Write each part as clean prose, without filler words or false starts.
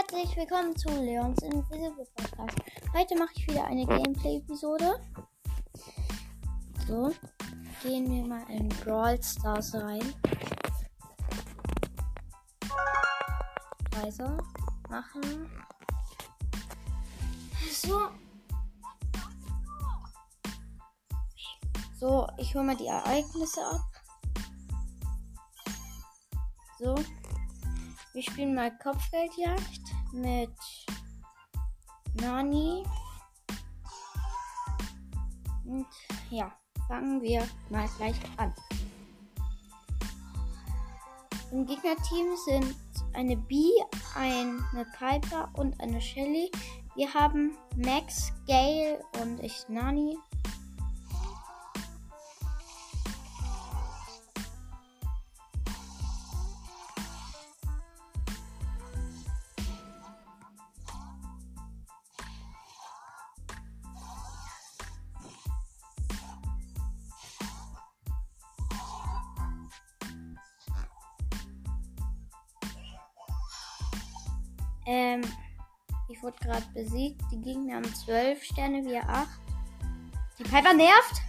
Herzlich willkommen zu Leons Invisible Podcast. Heute mache ich wieder eine Gameplay-Episode. So, gehen wir mal in Brawl Stars rein. Reise machen. So, ich hole mal die Ereignisse ab. So. Wir spielen mal Kopfgeldjagd mit Nani. Und ja, fangen wir mal gleich an. Im Gegnerteam sind eine Bee, eine Piper und eine Shelly. Wir haben Max, Gale und ich Nani. Ich wurde gerade besiegt. Die Gegner haben 12 Sterne, wir 8. Die Piper nervt.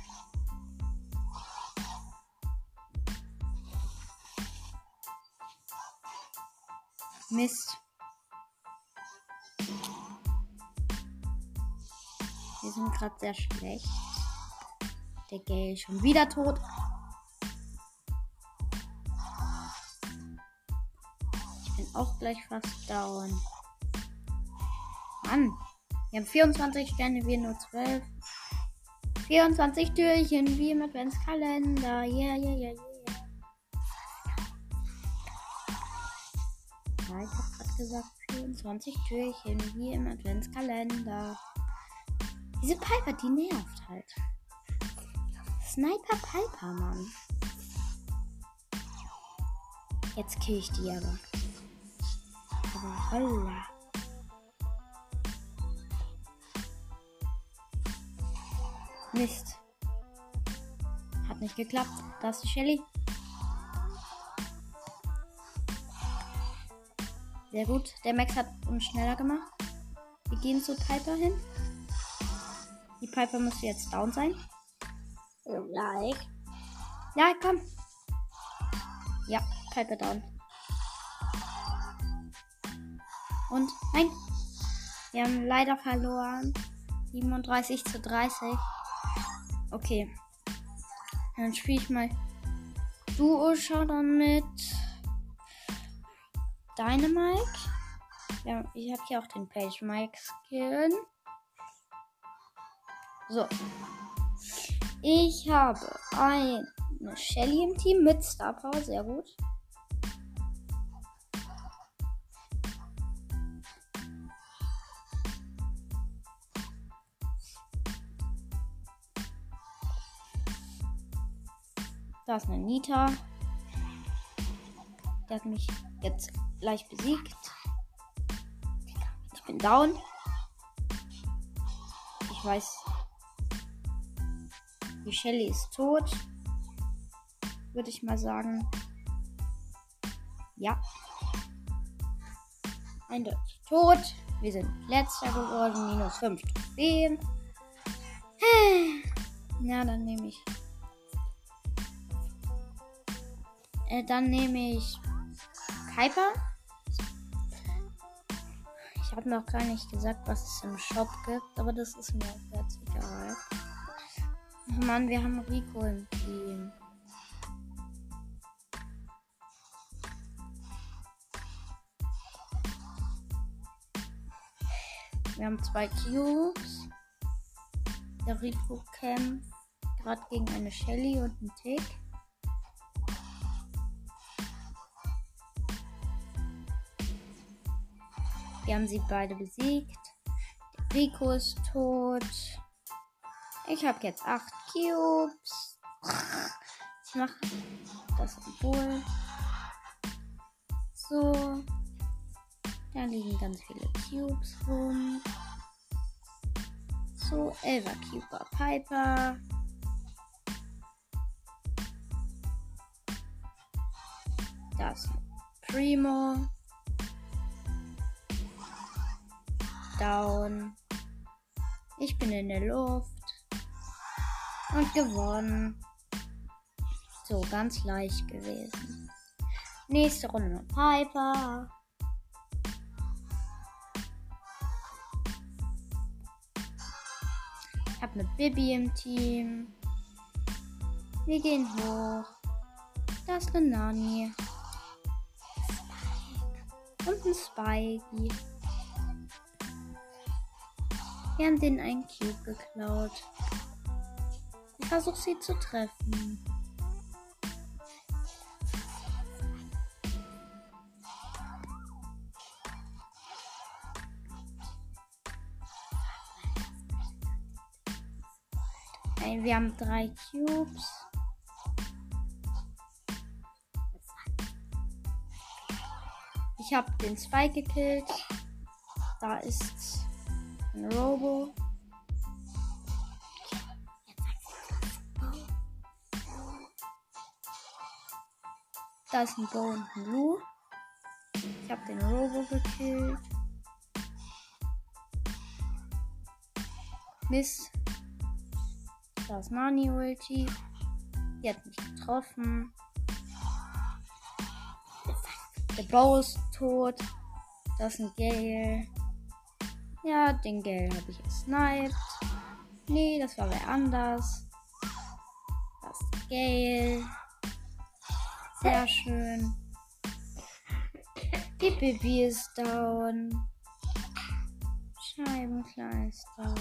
Mist. Wir sind gerade sehr schlecht. Der Gale ist schon wieder tot. Ich bin auch gleich fast down. Mann, wir haben 24 Sterne, wir nur 12. 24 Türchen, wie im Adventskalender. Yeah. Ja, ich hab gerade gesagt, 24 Türchen, wie im Adventskalender. Diese Piper, die nervt halt. Sniper Piper, Mann. Jetzt kill ich die aber. Aber holla. Mist. Hat nicht geklappt. Da ist die Shelly. Sehr gut. Der Max hat uns schneller gemacht. Wir gehen zu Piper hin. Die Piper müsste jetzt down sein. Vielleicht. Ja, komm. Ja, Piper down. Und nein. Wir haben leider verloren. 37:30. Okay. Dann spiele ich mal Duo-Showdown mit Dynamite. Ja, ich habe hier auch den Page Mike Skin. So. Ich habe eine Shelly im Team mit Star Power. Sehr gut. Da ist eine Nita. Der hat mich jetzt gleich besiegt. Ich bin down. Ich weiß, die Shelly ist tot. Würde ich mal sagen. Ja. Eindeutig tot. Wir sind letzter geworden. -5 Trophäen. Ja, dann nehme ich. Dann nehme ich Piper. Ich habe noch gar nicht gesagt, was es im Shop gibt, aber das ist mir jetzt egal. Oh Mann, wir haben Rico im Team. Wir haben 2 Cubes. Der Rico kämpft gerade gegen eine Shelly und einen Tick. Wir haben sie beide besiegt. Der Rico ist tot. Ich habe jetzt 8 Cubes. Ich mache das Symbol. So. Da liegen ganz viele Cubes rum. So, 11er Cube Piper. Da ist Primo. down. Ich bin in der Luft. Und gewonnen. So, ganz leicht gewesen. Nächste Runde mit Piper. Ich habe eine Bibi im Team. Wir gehen hoch. Da ist eine Nani. Und ein Spikey. Wir haben denen einen Cube geklaut. Ich versuche sie zu treffen. Wir haben 3 Cubes. Ich habe den Spike gekillt. Da ist ein Robo. Da ist ein Bo und ein Lu. Ich habe den Robo gekillt. Mist. Da ist Nani Ulti. Die hat mich getroffen. Der Bo ist tot. Das ist ein Gale. Ja, den Gale habe ich gesniped. Nee, das war wer anders. Das ist Gale. Sehr schön. Die Bibi ist down. Scheibenkleister.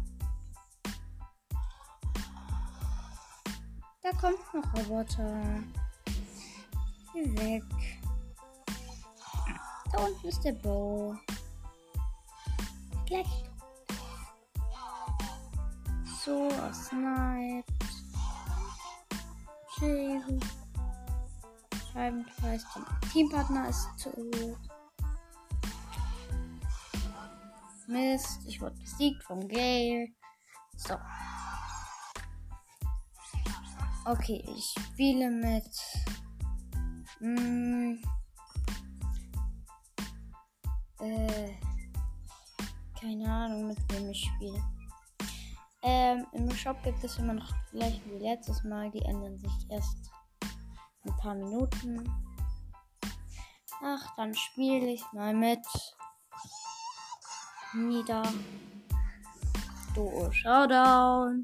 Da kommt noch Roboter. Geh weg. Da unten ist der Bo. Gleich. So, sniped. Scheibenkleister. Teampartner ist tot. Mist, ich wurde besiegt von Gale. So. Okay, ich spiele mit keine Ahnung, mit wem ich spiele. Im Shop gibt es immer noch die gleichen wie letztes Mal. Die ändern sich erst ein paar Minuten. Ach, dann spiele ich mal mit Nida. Duo Showdown.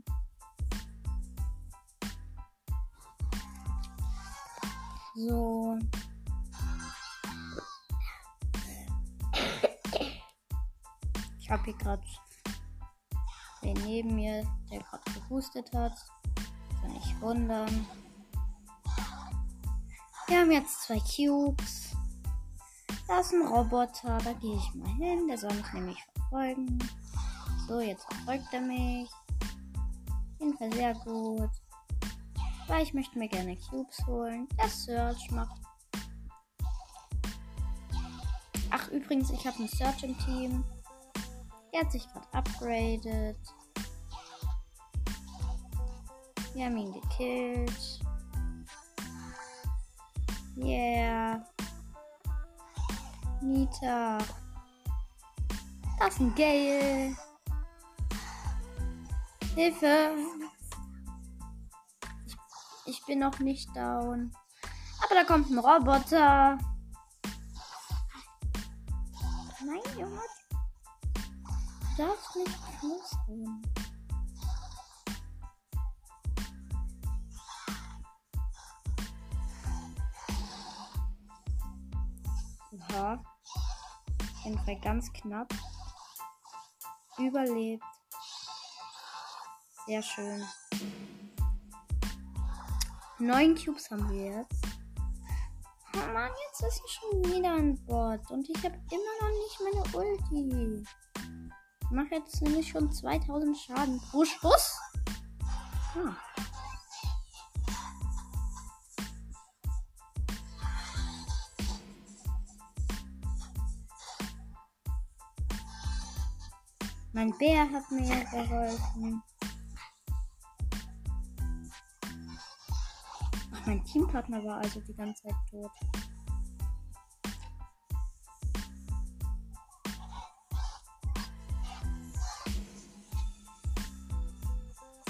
So. Ich habe hier gerade den neben mir, der gerade gehustet hat. Soll nicht wundern. Wir haben jetzt 2 Cubes. Da ist ein Roboter, da gehe ich mal hin. Der soll mich nämlich verfolgen. So, jetzt verfolgt er mich. Auf jeden Fall sehr gut. Weil ich möchte mir gerne Cubes holen. Der Search macht. Ach, übrigens, ich habe einen Search im Team. Der hat sich gerade upgraded. Wir haben ihn gekillt. Yeah. Nita. Das ist ein Gale. Hilfe. Ich bin noch nicht down. Aber da kommt ein Roboter. Nein, Junge. Du darfst nicht losgehen. Oha. Auf jeden Fall ganz knapp. Überlebt. Sehr schön. 9 Cubes haben wir jetzt. Oh Mann, jetzt ist hier schon wieder ein Bot. Und ich habe immer noch nicht meine Ulti. Ich mache jetzt nämlich schon 2000 Schaden pro Schuss. Ah. Mein Bär hat mir geholfen. Ach, mein Teampartner war also die ganze Zeit tot.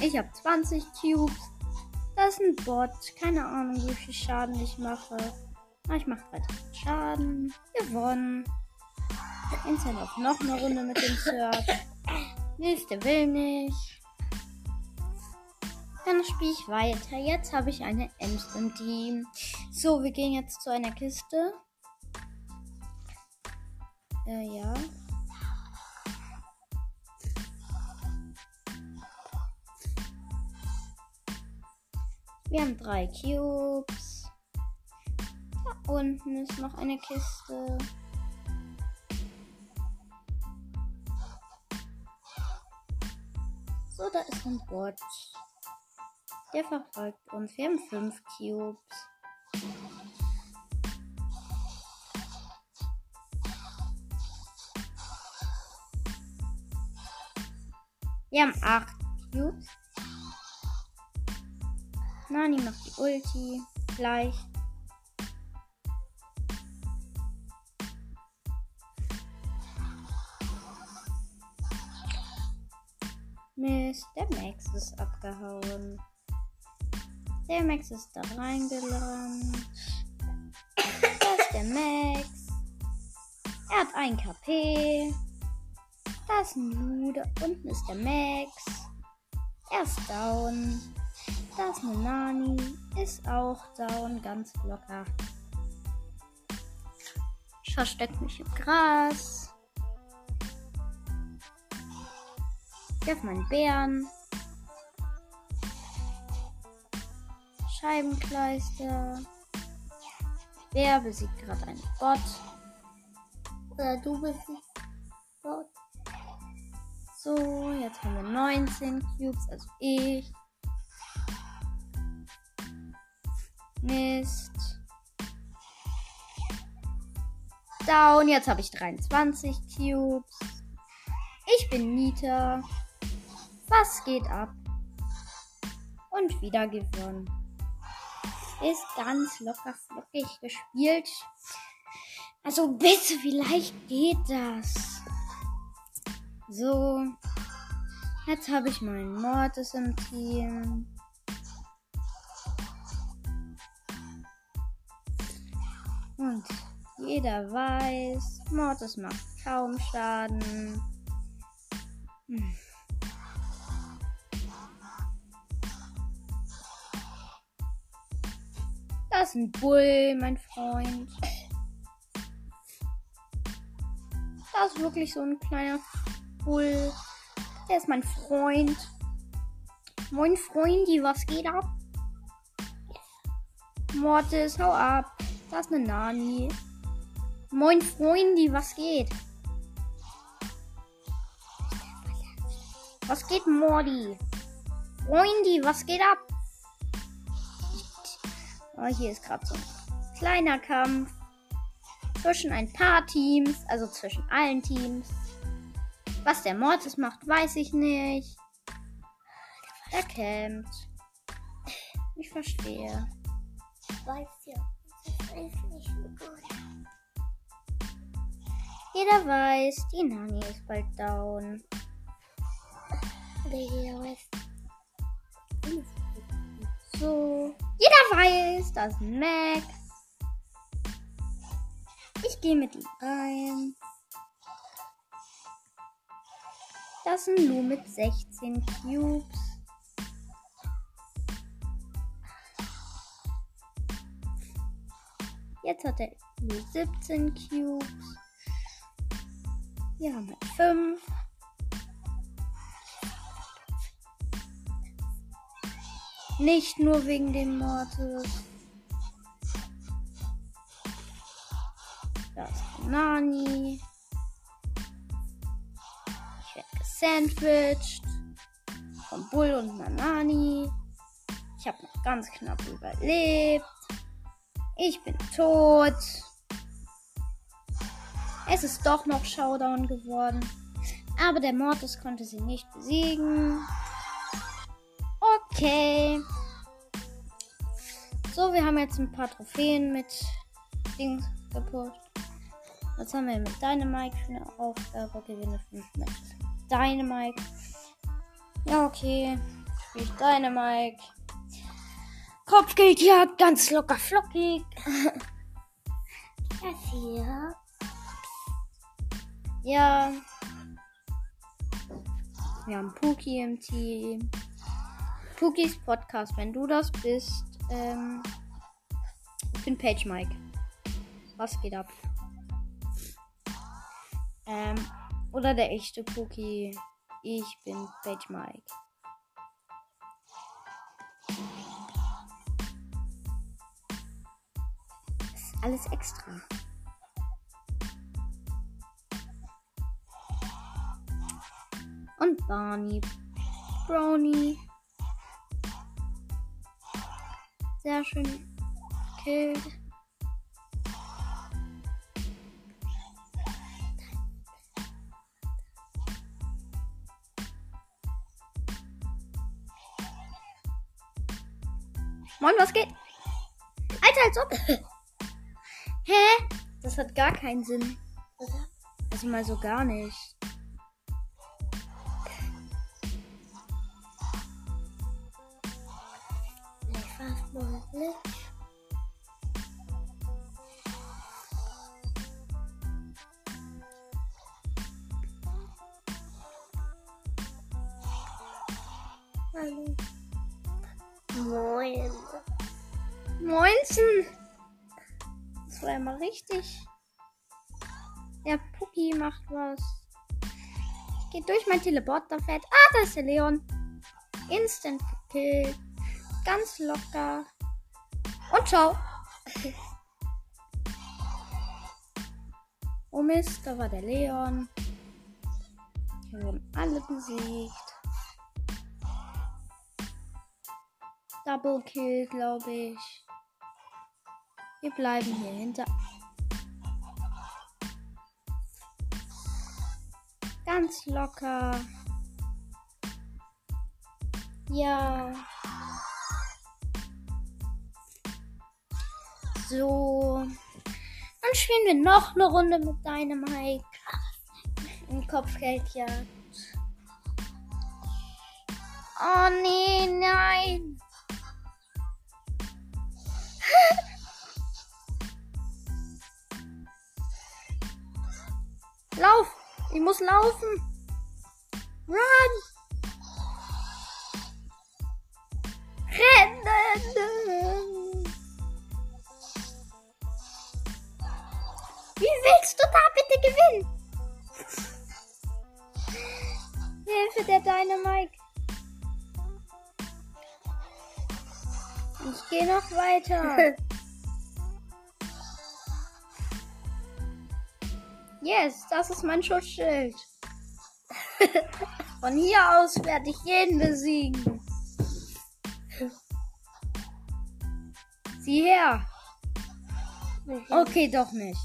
Ich habe 20 Cubes. Das ist ein Bot. Keine Ahnung, wie viel Schaden ich mache. Aber ich mache 3000 Schaden. Gewonnen. Instant auf noch eine Runde mit dem Search. Mist, der will nicht. Dann spiele ich weiter. Jetzt habe ich eine Ems im Team. So, wir gehen jetzt zu einer Kiste. Ja. Wir haben 3 Cubes. Da unten ist noch eine Kiste. So, da ist ein Bot. Der verfolgt uns. Wir haben 5 Cubes. Wir haben 8 Cubes. Nani macht die Ulti. Gleich. Mist, der Max ist abgehauen. Der Max ist da reingerannt. Das ist der Max. Er hat 1 KP. Da ist ein Lu. Da unten ist der Max. Er ist down. Da ist eine Nani. Ist auch down. Ganz locker. Ich verstecke mich im Gras. Ich auf meinen Bären. Scheibenkleister. Wer besiegt gerade einen Bot? Oder du besiegst Bot. So, jetzt haben wir 19 Cubes, also ich. Mist. Down, jetzt habe ich 23 Cubes. Ich bin Nita. Was geht ab? Und wieder gewonnen. Ist ganz locker flockig gespielt. Also bitte, wie leicht geht das? So. Jetzt habe ich meinen Mortis im Team. Und jeder weiß, Mortis macht kaum Schaden. Das ist ein Bull, mein Freund. Das ist wirklich so ein kleiner Bull. Der ist mein Freund. Moin Freunde, was geht ab? Mortis, hau ab. Das ist eine Nani. Moin Freunde, was geht? Was geht, Mordi? Freunde, was geht ab? Oh, hier ist gerade so ein kleiner Kampf zwischen ein paar Teams, also zwischen allen Teams. Was der Mortis macht, weiß ich nicht. Er campt. Ich verstehe. Weiß ja, das ist nicht so gut. Jeder weiß, die Nani ist bald down. Jeder weiß. So. Jeder weiß, das ist ein Max. Ich gehe mit ihm rein. Das ist ein Lu mit 16 Cubes. Jetzt hat er Lu 17 Cubes. Wir haben 5. Nicht nur wegen dem Mortis. Da ist Nani. Ich werde gesandwiched. Vom Bull und Nani. Ich habe noch ganz knapp überlebt. Ich bin tot. Es ist doch noch Showdown geworden. Aber der Mortis konnte sie nicht besiegen. Okay. So, wir haben jetzt ein paar Trophäen mit Dings gepusht. Was haben wir mit Dynamite für eine Aufgabe? Gewinne 5 Matches. Dynamite. Ja, okay. Ich Dynamike. Kopfgeldjagd, ganz locker flockig. Das hier. Ja. Wir haben Puki im Team. Pukis Podcast, wenn du das bist. Ich bin Page Mike. Was geht ab? Oder der echte Puki. Ich bin Page Mike. Das ist alles extra. Und Barney. Brownie. Sehr schön. Killed. Moin, was geht? Alter, als ob. Hä? Das hat gar keinen Sinn. Also mal so gar nicht. Moin. Moinsen. Das war ja mal richtig. Der Puki macht was. Ich gehe durch mein Teleporterfeld. Ah, da ist der Leon. Instant gekillt. Ganz locker. Und ciao. Oh Mist, da war der Leon. Hier wurden alle besiegt. Double Kill, glaube ich. Wir bleiben hier hinter. Ganz locker. Ja. So. Dann spielen wir noch eine Runde mit Dynamike. Im Kopfgeldjagd. Oh nee, nein. Lauf! Ich muss laufen! Run! Rennen! Wie willst du da bitte gewinnen? Hilfe, der Dynamike! Ich gehe noch weiter. Yes, das ist mein Schutzschild. Von hier aus werde ich jeden besiegen. Sieh her. Okay, doch nicht.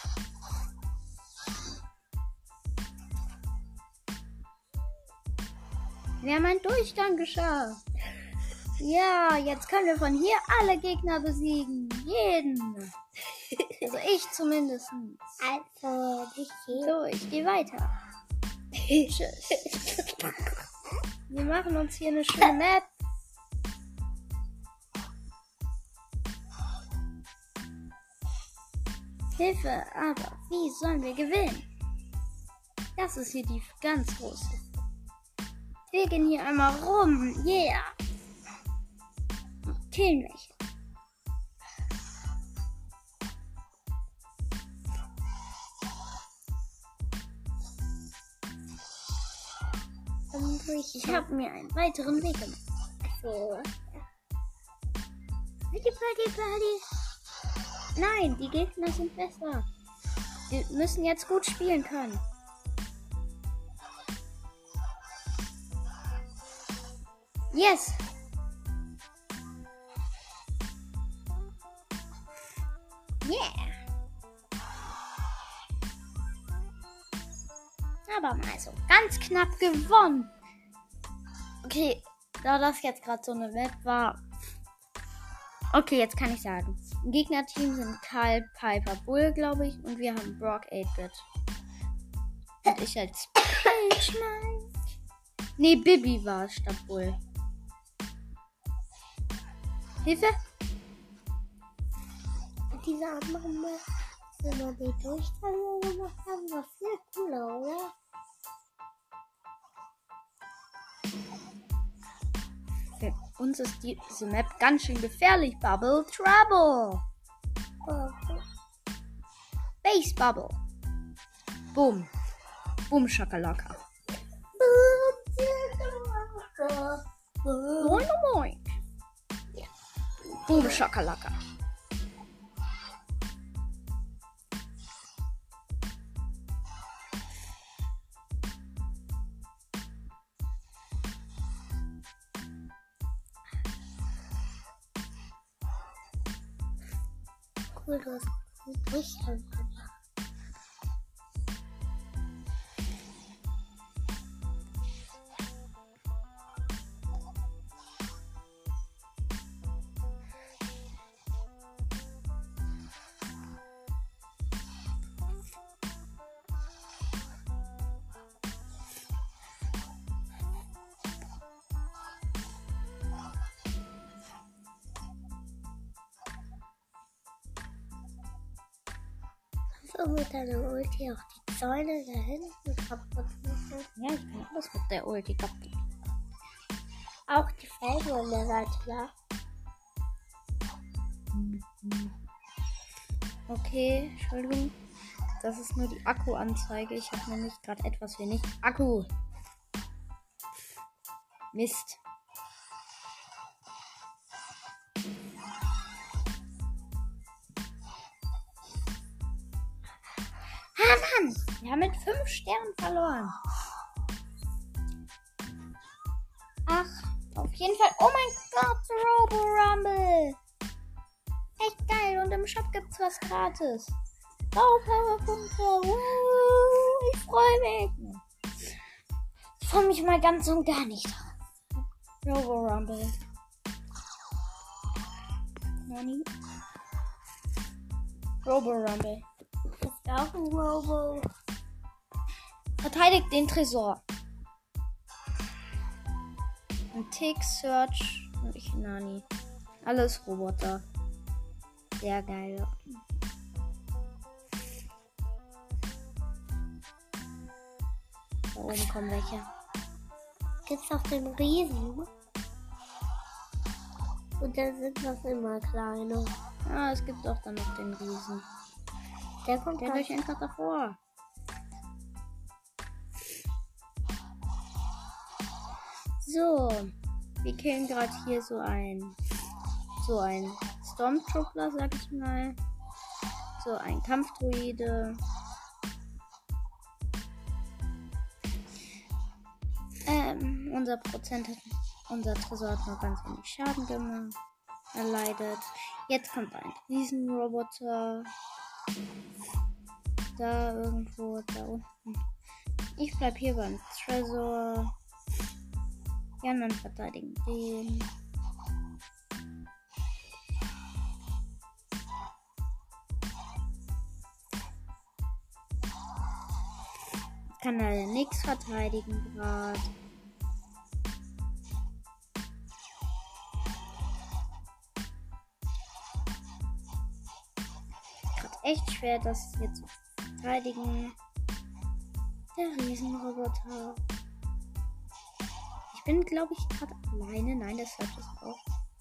Wir haben einen Durchgang geschafft. Ja, jetzt können wir von hier alle Gegner besiegen. Jeden. Also ich zumindest. Also, nicht hier. So, ich gehe weiter. Tschüss. Wir machen uns hier eine schöne Map. Hilfe, aber wie sollen wir gewinnen? Das ist hier die ganz große. Wir gehen hier einmal rum. Yeah. Und killen welche. Ich habe mir einen weiteren Weg gemacht. So. Party. Nein, die Gegner sind besser. Wir müssen jetzt gut spielen können. Yes. Yeah. Aber mal so ganz knapp gewonnen. Okay, da das jetzt gerade so eine Map war. Okay, jetzt kann ich sagen. Im Gegnerteam sind Karl, Piper, Bull, glaube ich. Und wir haben Brock, 8-Bit. Und ich als Page Mike. Nee, Bibi war es statt Bull. Hilfe! Diese anderen Mal, wenn wir die Durchfall gemacht haben, war viel cooler, oder? Für uns ist diese Map ganz schön gefährlich. Bubble Trouble. Base Bubble. Boom. Boom, Schakalaka. Moin, moin. Boom, Schakalaka. Cool, du hast einen Durchfall gemacht. So mit deiner Ulti auch die Zäune da hinten kaputt machen. Ja, ich kann alles mit der Ulti kaputt. Auch die Felgen an der Seite lag. Okay, Entschuldigung. Das ist nur die Akkuanzeige. Ich habe nämlich gerade etwas wenig Akku. Mist. Ah, Mann! Wir haben mit 5 Sternen verloren. Ach, auf jeden Fall. Oh mein Gott, Robo Rumble. Echt geil. Und im Shop gibt's was gratis. Powerpunkte. Ich freue mich. Ich freue mich mal ganz und gar nicht drauf. Robo Rumble. Nani? Robo Rumble. Ist auch ein Robo. Verteidigt den Tresor. Ein Tick, Search und ich Nani. Alles Roboter. Sehr geil. Da oben kommen welche. Gibt's auch den Riesen? Und da sind noch immer kleine. Ah, es gibt auch dann noch den Riesen. Der kommt Stellt euch einfach davor. So, wir killen gerade hier so ein Stormtrooper, sag ich mal. So ein Kampfdruide. Unser Tresor hat noch ganz wenig Schaden gemacht. Erleidet. Jetzt kommt ein Riesenroboter. Da irgendwo, da unten. Ich bleib hier beim Tresor. Die anderen verteidigen den. Kann leider nichts verteidigen gerade. Gerade echt schwer, das hier zu verteidigen. Der Riesenroboter. Ich bin, glaube ich, gerade alleine. Nein, das hört es auch.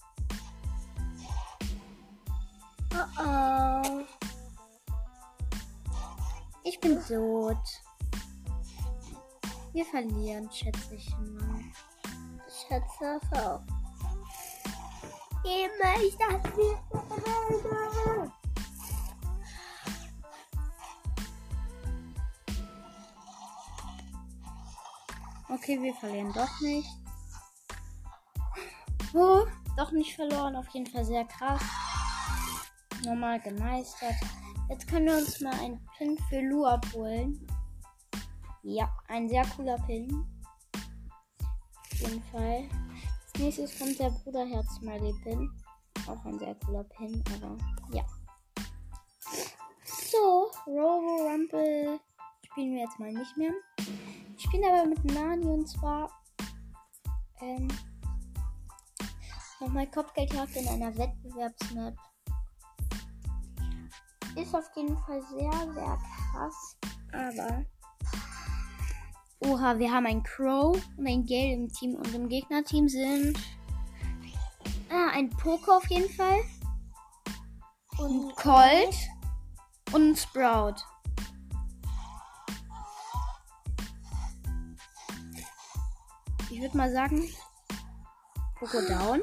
Oh oh. Ich bin tot. Wir verlieren, schätze ich mal. Ich schätze das auch. Immer ich das nicht. Okay, wir verlieren doch nicht. Oh, doch nicht verloren. Auf jeden Fall sehr krass. Normal gemeistert. Jetzt können wir uns mal einen Pin für Lu abholen. Ja, ein sehr cooler Pin. Auf jeden Fall. Als nächstes kommt der Bruderherz-Smiley-Pin. Auch ein sehr cooler Pin, aber ja. So, Robo Rumble spielen wir jetzt mal nicht mehr. Ich spiele aber mit Nani und zwar Nochmal Kopfgeldjagd in einer Wettbewerbsmap. Ist auf jeden Fall sehr, sehr krass. Aber... Oha, wir haben einen Crow und ein Gale im Team. Und im Gegnerteam sind... ein Poco auf jeden Fall. Und ein Colt. Und ein Sprout. Ich würde mal sagen... Poco down.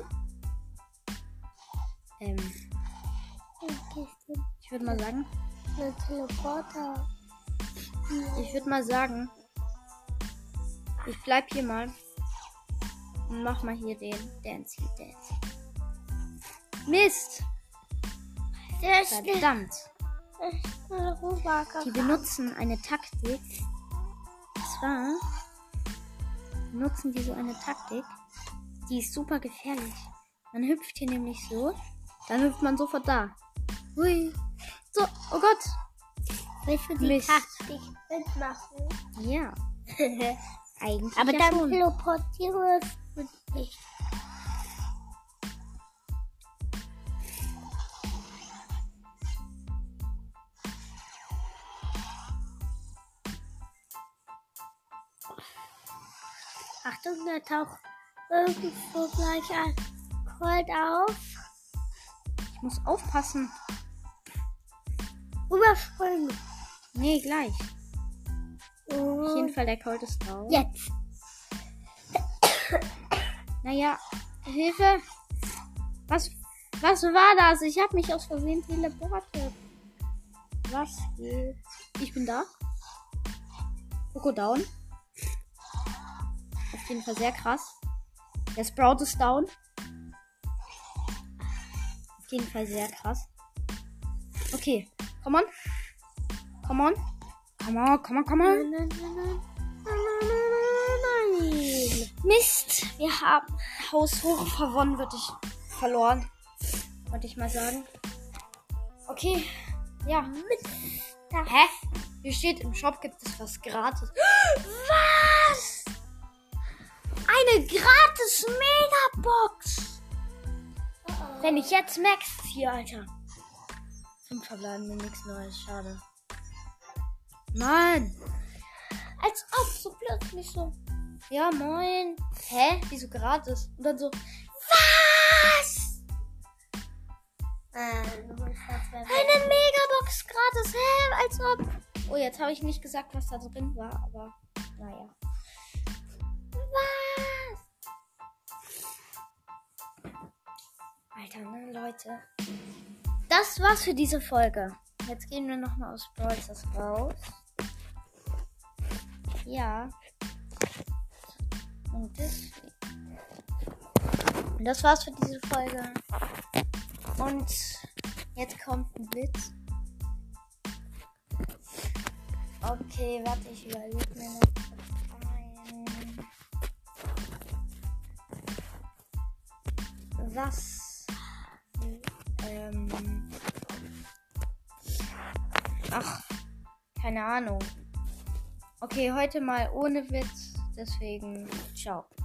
Ich würde mal sagen... Ein Teleporter. Ich würde mal sagen... Ich bleib hier mal. Und mach mal hier den Dance. Mist! Verdammt! Die benutzen eine Taktik. Und zwar benutzen die so eine Taktik. Die ist super gefährlich. Man hüpft hier nämlich so. Dann hüpft man sofort da. Hui. So, oh Gott. Willst du die Taktik mitmachen? Ja. Eigentlich aber ja dann schon. teleportiere ich nicht. Achtung, da taucht irgendwo gleich ein Colt auf. Ich muss aufpassen. Überspringen. Nee, gleich. Auf Und jeden Fall, der Colt ist down. jetzt. Naja, Hilfe. Was war das? Ich habe mich aus Versehen teleportiert. Was geht? Ich bin da. Poco down. Auf jeden Fall sehr krass. Der Sprout ist down. Auf jeden Fall sehr krass. Okay, come on. Come on. Come on, come on, come on. Nein. Mist, wir haben haushoch verloren, verloren. Wollte ich mal sagen. Okay, ja. Hä? Hier steht, im Shop gibt es was gratis. Was? Eine gratis Megabox. Wenn ich jetzt Max ziehe, Alter. 5 verbleibende, nichts Neues, schade. Mann. Als ob, so plötzlich so. Ja, moin. Hä? Wieso gratis? Und dann so, was? Eine Megabox gratis, hä? Als ob. Oh, jetzt habe ich nicht gesagt, was da drin war, aber naja. Was? Alter, ne, Leute. Das war's für diese Folge. Jetzt gehen wir nochmal aus Brawl Stars raus. Ja. Und das war's für diese Folge. Und jetzt kommt ein Blitz. Okay, warte, ich überlege mir noch ein. Was? Ach, keine Ahnung. Okay, heute mal ohne Witz. Deswegen, ciao.